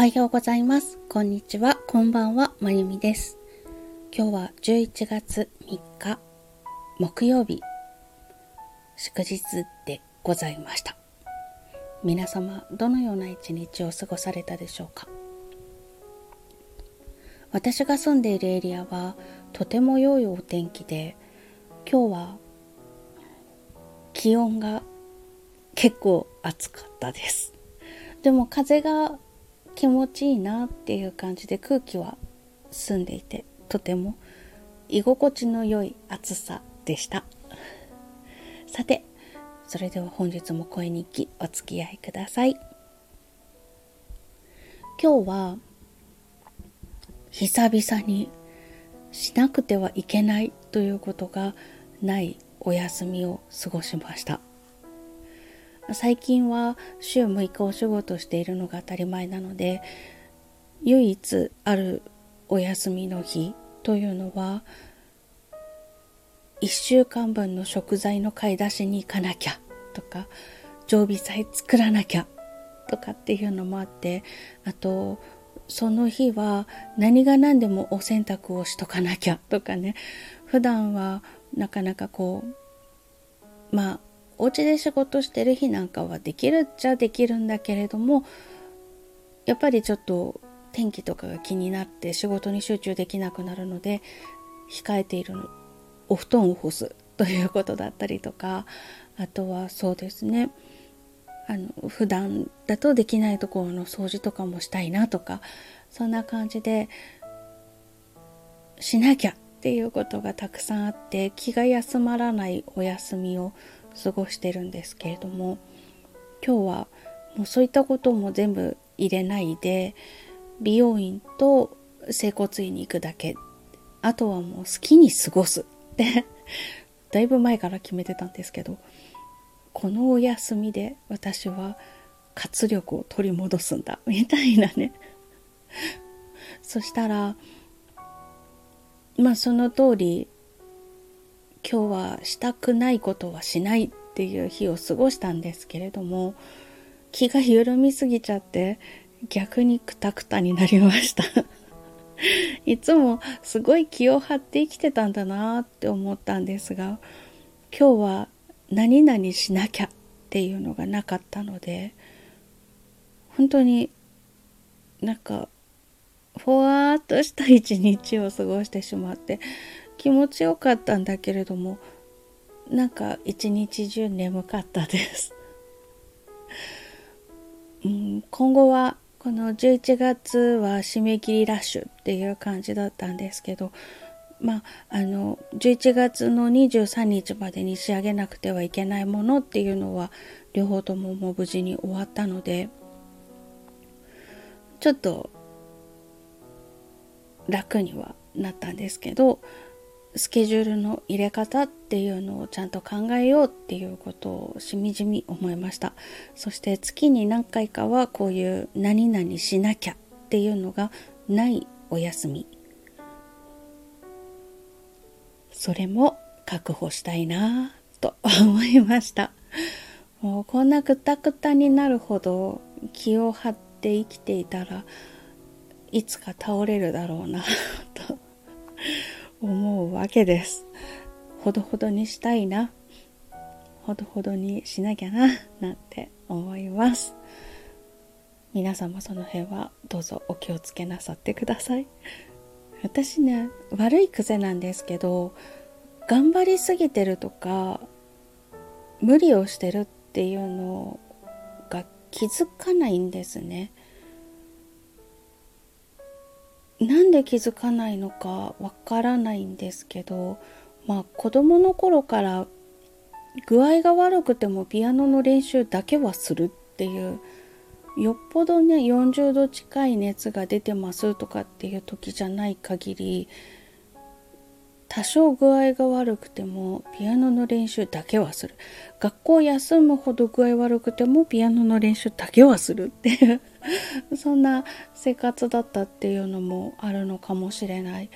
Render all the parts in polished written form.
はようございます。こんにちは。こんばんは。まゆみです。今日は11月3日木曜日、祝日でございました。皆様、どのような一日を過ごされたでしょうか。私が住んでいるエリアはとても良いお天気で、今日は気温が結構暑かったです。でも風が気持ちいいなっていう感じで、空気は澄んでいて、とても居心地の良い暑さでした。さて、それでは本日も声日記お付き合いください。今日は久々にしなくてはいけないということがないお休みを過ごしました。最近は週6日お仕事しているのが当たり前なので、唯一あるお休みの日というのは1週間分の食材の買い出しに行かなきゃとか、常備菜作らなきゃとかっていうのもあって、あとその日は何が何でもお洗濯をしとかなきゃとかね。普段はなかなかお家で仕事してる日なんかはできるっちゃできるんだけれども、やっぱりちょっと天気とかが気になって仕事に集中できなくなるので、控えているお布団を干すということだったりとか、あとはそうですね、普段だとできないところの掃除とかもしたいなとか、そんな感じでしなきゃっていうことがたくさんあって、気が休まらないお休みを過ごしてるんですけれども、今日はもうそういったことも全部入れないで、美容院と整骨院に行くだけ、あとはもう好きに過ごすってだいぶ前から決めてたんですけど、このお休みで私は活力を取り戻すんだみたいなねそしたらその通り、今日はしたくないことはしないっていう日を過ごしたんですけれども、気が緩みすぎちゃって逆にクタクタになりましたいつもすごい気を張って生きてたんだなって思ったんですが、今日は何々しなきゃっていうのがなかったので、本当にふわーっとした一日を過ごしてしまって、気持ちよかったんだけれども、一日中眠かったです今後はこの11月は締め切りラッシュっていう感じだったんですけど、11月の23日までに仕上げなくてはいけないものっていうのは両方とももう無事に終わったので、ちょっと楽にはなったんですけど、スケジュールの入れ方っていうのをちゃんと考えようっていうことをしみじみ思いました。そして月に何回かはこういう何々しなきゃっていうのがないお休み、それも確保したいなと思いました。もうこんなクタクタになるほど気を張って生きていたらいつか倒れるだろうなと思うわけです。ほどほどにしたいな、ほどほどにしなきゃななんて思います。皆さんもその辺はどうぞお気をつけなさってください。私ね、悪い癖なんですけど、頑張りすぎてるとか無理をしてるっていうのが気づかないんですね。なんで気づかないのかわからないんですけど、子供の頃から具合が悪くてもピアノの練習だけはするっていう、よっぽどね40度近い熱が出てますとかっていう時じゃない限り、多少具合が悪くてもピアノの練習だけはする、学校休むほど具合悪くてもピアノの練習だけはするっていうそんな生活だったっていうのもあるのかもしれない。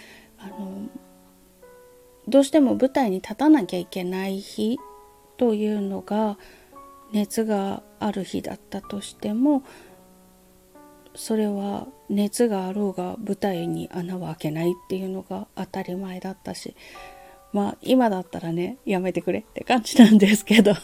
どうしても舞台に立たなきゃいけない日というのが熱がある日だったとしても、 それは熱があろうが舞台に穴は開けないっていうのが当たり前だったし、まあ今だったらね、やめてくれって感じなんですけど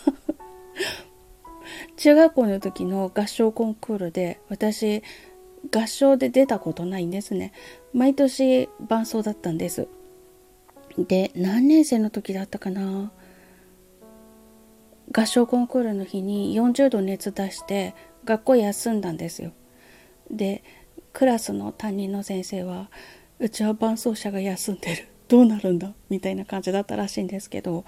中学校の時の合唱コンクールで、私合唱で出たことないんですね。毎年伴奏だったんです。で、何年生の時だったかな、合唱コンクールの日に40度熱出して学校休んだんですよ。で、クラスの担任の先生は、うちは伴奏者が休んでる、どうなるんだみたいな感じだったらしいんですけど、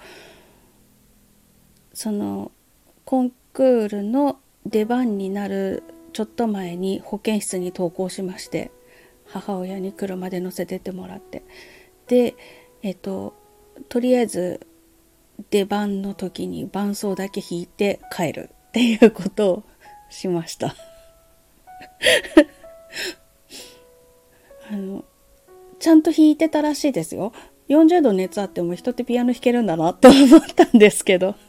そのコンクールの出番になるちょっと前に保健室に登校しまして、母親に車で乗せてってもらって、でとりあえず出番の時に伴奏だけ弾いて帰るっていうことをしましたちゃんと弾いてたらしいですよ。40度熱あっても人ってピアノ弾けるんだなって思ったんですけど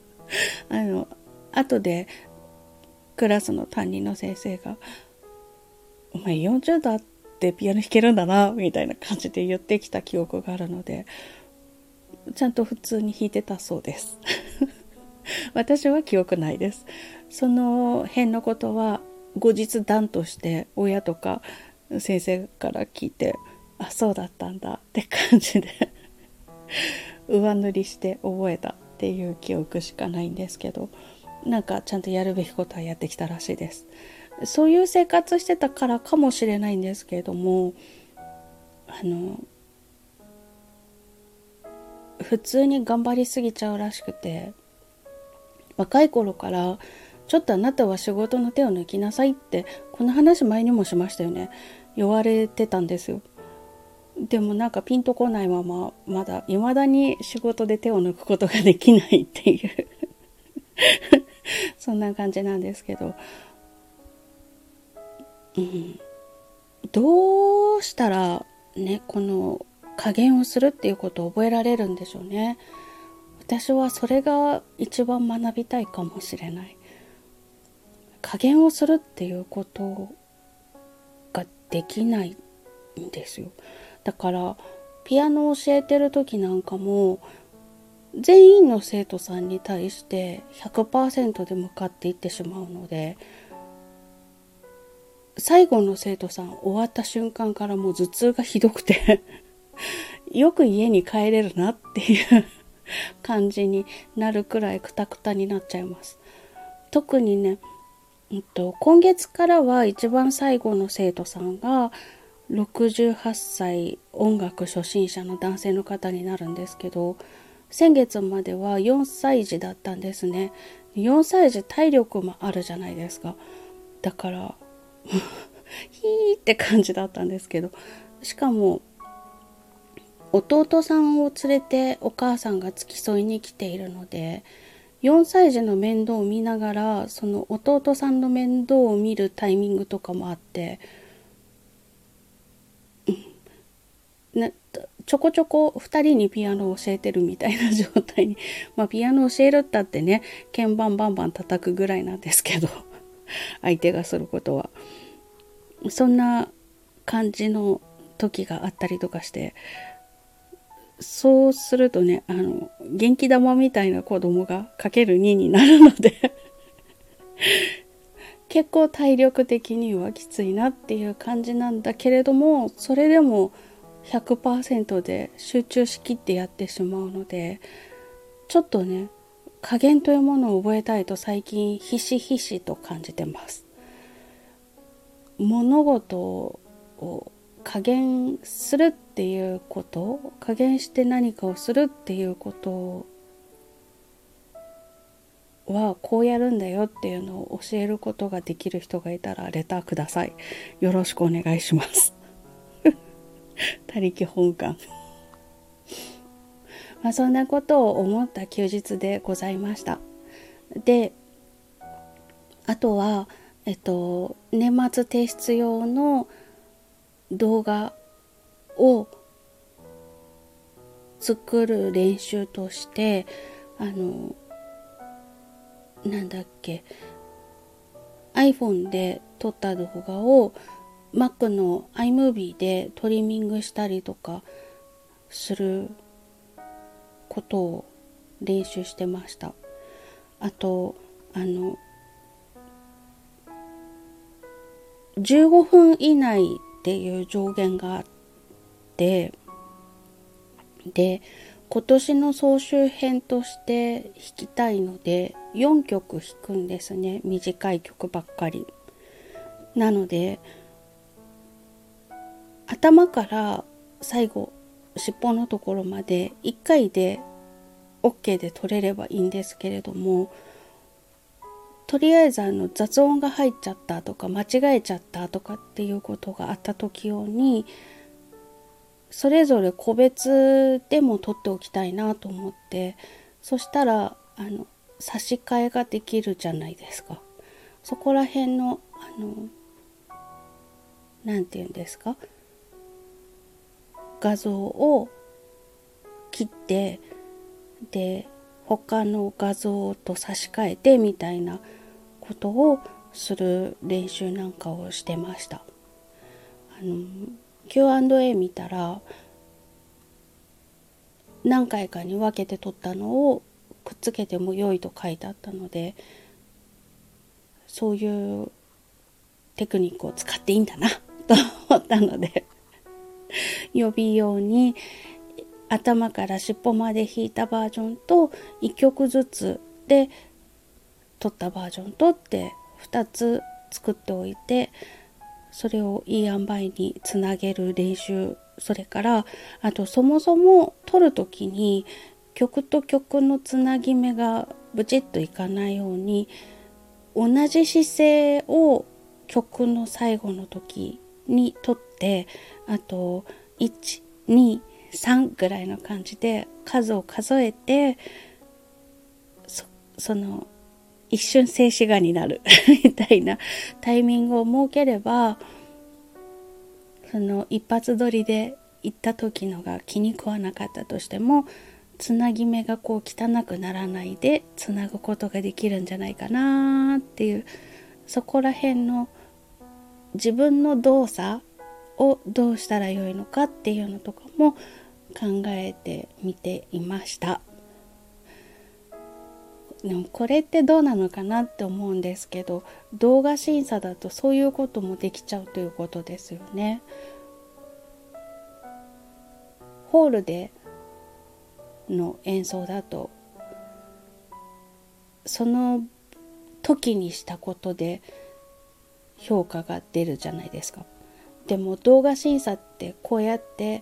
後でクラスの担任の先生が、お前40度あってピアノ弾けるんだなみたいな感じで言ってきた記憶があるので、ちゃんと普通に弾いてたそうです私は記憶ないです。その辺のことは後日談として親とか先生から聞いて、あ、そうだったんだって感じで上塗りして覚えたっていう記憶しかないんですけど、なんかちゃんとやるべきことはやってきたらしいです。そういう生活してたからかもしれないんですけれども、普通に頑張りすぎちゃうらしくて、若い頃からちょっとあなたは仕事の手を抜きなさいって、この話前にもしましたよね、言われてたんですよ。でもなんかピンとこないまま、まだ未だに仕事で手を抜くことができないっていうそんな感じなんですけど、どうしたらね、この加減をするっていうことを覚えられるんでしょうね。私はそれが一番学びたいかもしれない。加減をするっていうことができないんですよ。だからピアノを教えてる時なんかも、全員の生徒さんに対して 100% で向かっていってしまうので、最後の生徒さん終わった瞬間からもう頭痛がひどくてよく家に帰れるなっていう感じになるくらいクタクタになっちゃいます。特にね、今月からは一番最後の生徒さんが68歳音楽初心者の男性の方になるんですけど、先月までは4歳児だったんですね。4歳児体力もあるじゃないですか。だからヒーって感じだったんですけど、しかも弟さんを連れてお母さんが付き添いに来ているので、4歳児の面倒を見ながらその弟さんの面倒を見るタイミングとかもあって、ね、ちょこちょこ2人にピアノを教えてるみたいな状態にまあピアノ教えるったってね、鍵盤バンバン叩くぐらいなんですけど相手がすることはそんな感じの時があったりとかして、そうするとね、元気玉みたいな子供がかける2になるので結構体力的にはきついなっていう感じなんだけれども、それでも100% で集中しきってやってしまうので、ちょっとね、加減というものを覚えたいと最近ひしひしと感じてます。物事を加減するっていうこと、加減して何かをするっていうことはこうやるんだよっていうのを教えることができる人がいたらレターください。よろしくお願いします他力本願そんなことを思った休日でございました。で、あとは年末提出用の動画を作る練習としてなんだっけ、 iPhone で撮った動画を Mac の iMovie でトリミングしたりとかすることを練習してました。あと15分以内っていう上限があって、で今年の総集編として弾きたいので4曲弾くんですね。短い曲ばっかりなので、頭から最後尻尾のところまで1回で OK で取れればいいんですけれども、とりあえず雑音が入っちゃったとか間違えちゃったとかっていうことがあった時用にそれぞれ個別でも取っておきたいなと思って、そしたら差し替えができるじゃないですか。そこら辺のなんていうんですか、画像を切ってで他の画像と差し替えてみたいなことをする練習なんかをしてました。Q&A 見たら何回かに分けて撮ったのをくっつけても良いと書いてあったので、そういうテクニックを使っていいんだなと思ったので予備用に頭から尻尾まで弾いたバージョンと1曲ずつで撮ったバージョンとって2つ作っておいて、それをいい塩梅につなげる練習、それからあとそもそも撮る時に曲と曲のつなぎ目がブチッといかないように同じ姿勢を曲の最後の時に撮って、あと1、2、3ぐらいの感じで数を数えて、その一瞬静止画になるみたいなタイミングを設ければ、その一発撮りで行った時のが気に食わなかったとしても、つなぎ目がこう汚くならないでつなぐことができるんじゃないかなっていう、そこら辺の自分の動作をどうしたらよいのかっていうのとかも考えてみていました。でもこれってどうなのかなって思うんですけど、動画審査だとそういうこともできちゃうということですよね。ホールでの演奏だとその時にしたことで評価が出るじゃないですか。でも動画審査ってこうやって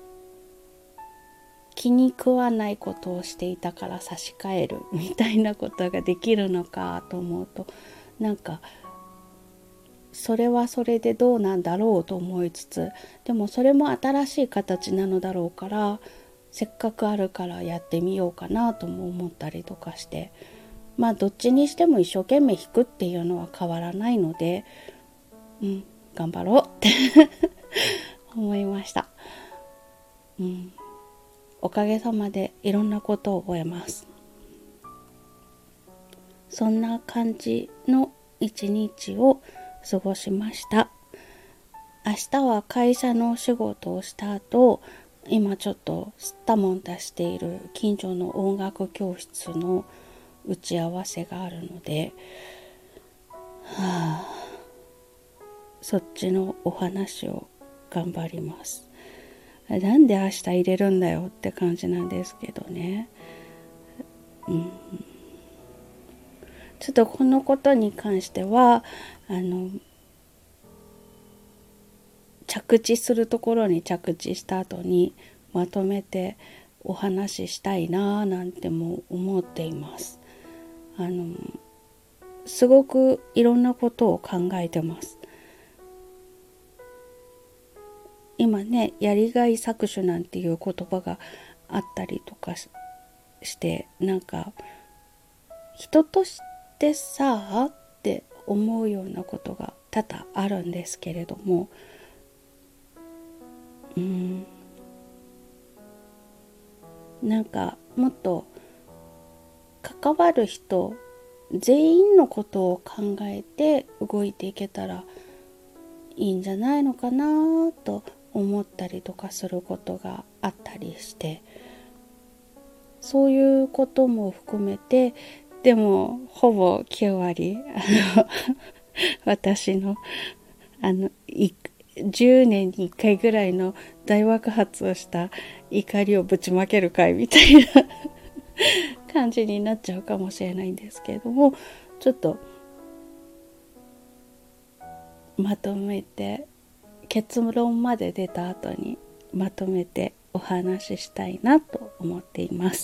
気に食わないことをしていたから差し替えるみたいなことができるのかと思うと、なんかそれはそれでどうなんだろうと思いつつ、でもそれも新しい形なのだろうから、せっかくあるからやってみようかなとも思ったりとかして、まあどっちにしても一生懸命弾くっていうのは変わらないので、頑張ろうって思いました。おかげさまでいろんなことを覚えます。そんな感じの一日を過ごしました。明日は会社のお仕事をした後、今ちょっと吸ったもん出している近所の音楽教室の打ち合わせがあるので、そっちのお話を頑張ります。なんで明日入れるんだよって感じなんですけどね。ちょっとこのことに関しては着地するところに着地した後にまとめてお話ししたいななんても思っています。すごくいろんなことを考えてます。今ね、やりがい搾取なんていう言葉があったりとかして、なんか人としてさって思うようなことが多々あるんですけれども、なんかもっと関わる人全員のことを考えて動いていけたらいいんじゃないのかなと思ったりとかすることがあったりして、そういうことも含めて、でもほぼ9割私の10年に1回ぐらいの大爆発をした怒りをぶちまける会みたいな感じになっちゃうかもしれないんですけれども、ちょっとまとめて、結論まで出た後にまとめてお話ししたいなと思っています。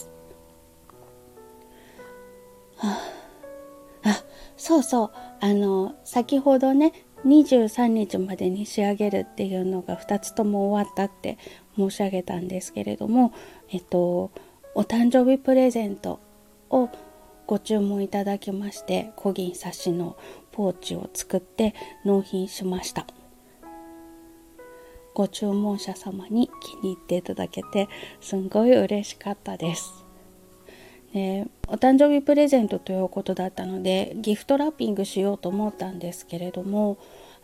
そうそう、先ほどね、23日までに仕上げるっていうのが2つとも終わったって申し上げたんですけれども、お誕生日プレゼントをご注文いただきまして、小銀刺しのポーチを作って納品しました。ご注文者様に気に入っていただけてすんごい嬉しかったです。お誕生日プレゼントということだったのでギフトラッピングしようと思ったんですけれども、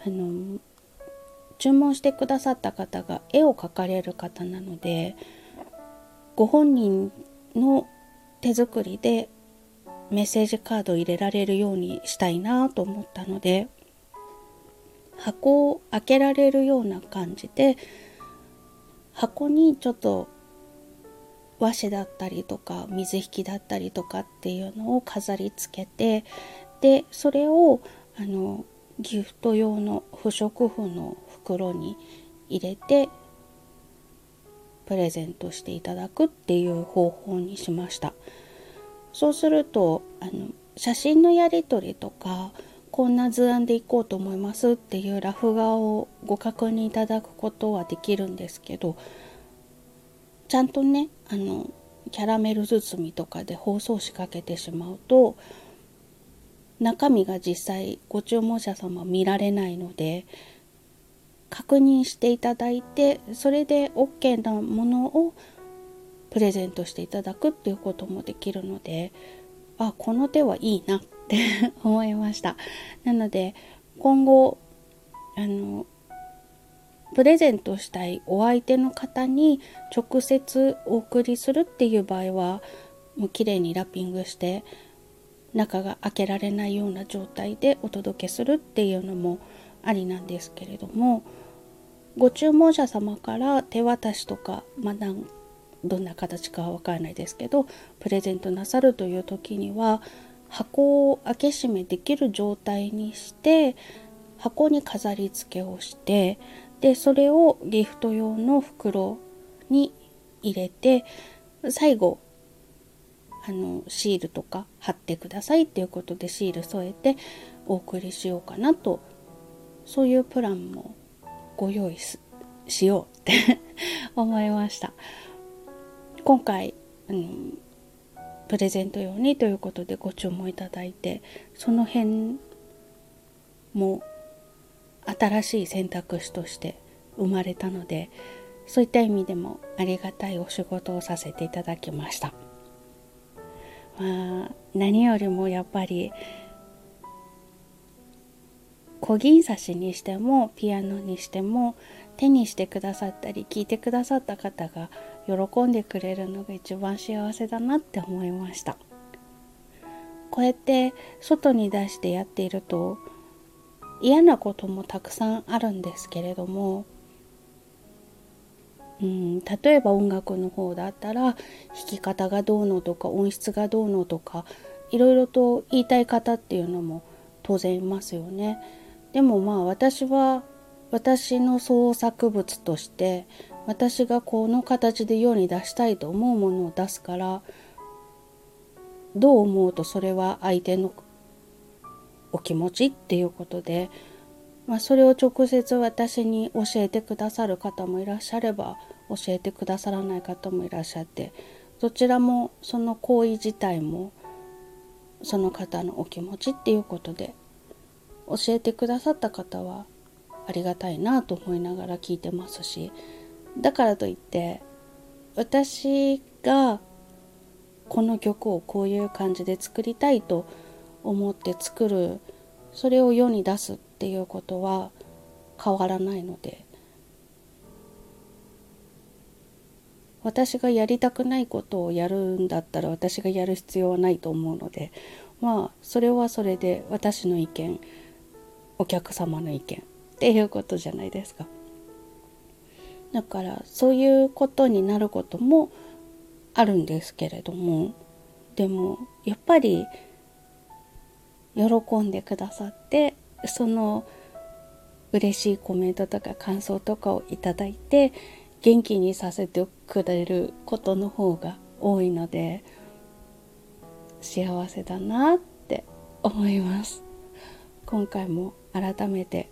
注文してくださった方が絵を描かれる方なので、ご本人の手作りでメッセージカードを入れられるようにしたいなと思ったので、箱を開けられるような感じで、箱にちょっと和紙だったりとか水引だったりとかっていうのを飾り付けて、でそれをギフト用の不織布の袋に入れてプレゼントしていただくっていう方法にしました。そうすると写真のやり取りとか、こんな図案でいこうと思いますっていうラフ画をご確認いただくことはできるんですけど、ちゃんとねキャラメル包みとかで包装紙かけてしまうと中身が実際ご注文者様見られないので、確認していただいてそれで OK なものをプレゼントしていただくっていうこともできるので、この手はいいなって思いました。なので今後プレゼントしたいお相手の方に直接お送りするっていう場合はもう綺麗にラッピングして中が開けられないような状態でお届けするっていうのもありなんですけれども、ご注文者様から手渡しとか、どんな形かは分からないですけどプレゼントなさるという時には箱を開け閉めできる状態にして箱に飾り付けをして、でそれをギフト用の袋に入れて最後シールとか貼ってくださいっていうことでシール添えてお送りしようかなと、そういうプランもご用意しようって思いました。今回プレゼント用にということでご注文いただいて、その辺も新しい選択肢として生まれたので、そういった意味でもありがたいお仕事をさせていただきました。何よりもやっぱり小銀刺しにしてもピアノにしても手にしてくださったり聞いてくださった方が喜んでくれるのが一番幸せだなって思いました。こうやって外に出してやっていると嫌なこともたくさんあるんですけれども、例えば音楽の方だったら弾き方がどうのとか音質がどうのとかいろいろと言いたい方っていうのも当然いますよね。でも私は私の創作物として私がこの形で世に出したいと思うものを出すから、どう思うとそれは相手のお気持ちっていうことで、それを直接私に教えてくださる方もいらっしゃれば教えてくださらない方もいらっしゃって、どちらもその行為自体もその方のお気持ちっていうことで、教えてくださった方はありがたいなと思いながら聞いてますし、だからといって私がこの曲をこういう感じで作りたいと思って作る、それを世に出すっていうことは変わらないので、私がやりたくないことをやるんだったら私がやる必要はないと思うので、それはそれで私の意見、お客様の意見っていうことじゃないですか。だからそういうことになることもあるんですけれども、でもやっぱり喜んでくださって、その嬉しいコメントとか感想とかをいただいて元気にさせてくれることの方が多いので、幸せだなって思います。今回も改めて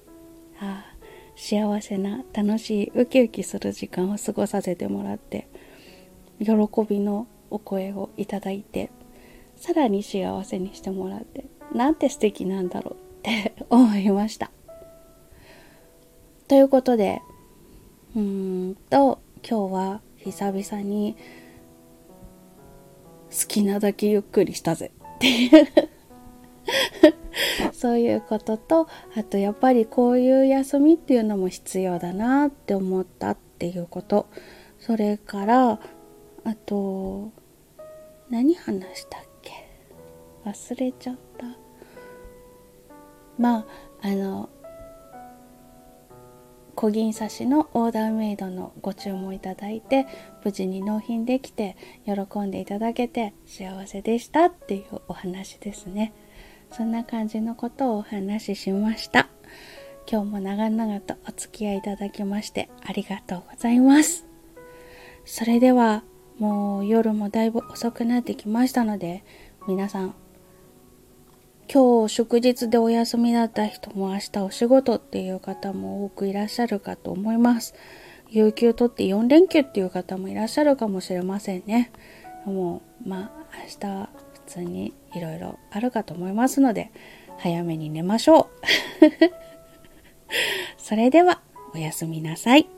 幸せな楽しいウキウキする時間を過ごさせてもらって、喜びのお声をいただいて、さらに幸せにしてもらって、なんて素敵なんだろうって思いました。ということで、今日は久々に好きなだけゆっくりしたぜっていうそういうことと、あとやっぱりこういう休みっていうのも必要だなって思ったっていうこと、それからあと何話したっけ、忘れちゃった。小銀刺しのオーダーメイドのご注文いただいて、無事に納品できて喜んでいただけて幸せでしたっていうお話ですね。そんな感じのことをお話ししました。今日も長々とお付き合いいただきましてありがとうございます。それではもう夜もだいぶ遅くなってきましたので、皆さん今日祝日でお休みだった人も明日お仕事っていう方も多くいらっしゃるかと思います。有給取って4連休っていう方もいらっしゃるかもしれませんね。もう明日は普通にいろいろあるかと思いますので、早めに寝ましょうそれではおやすみなさい。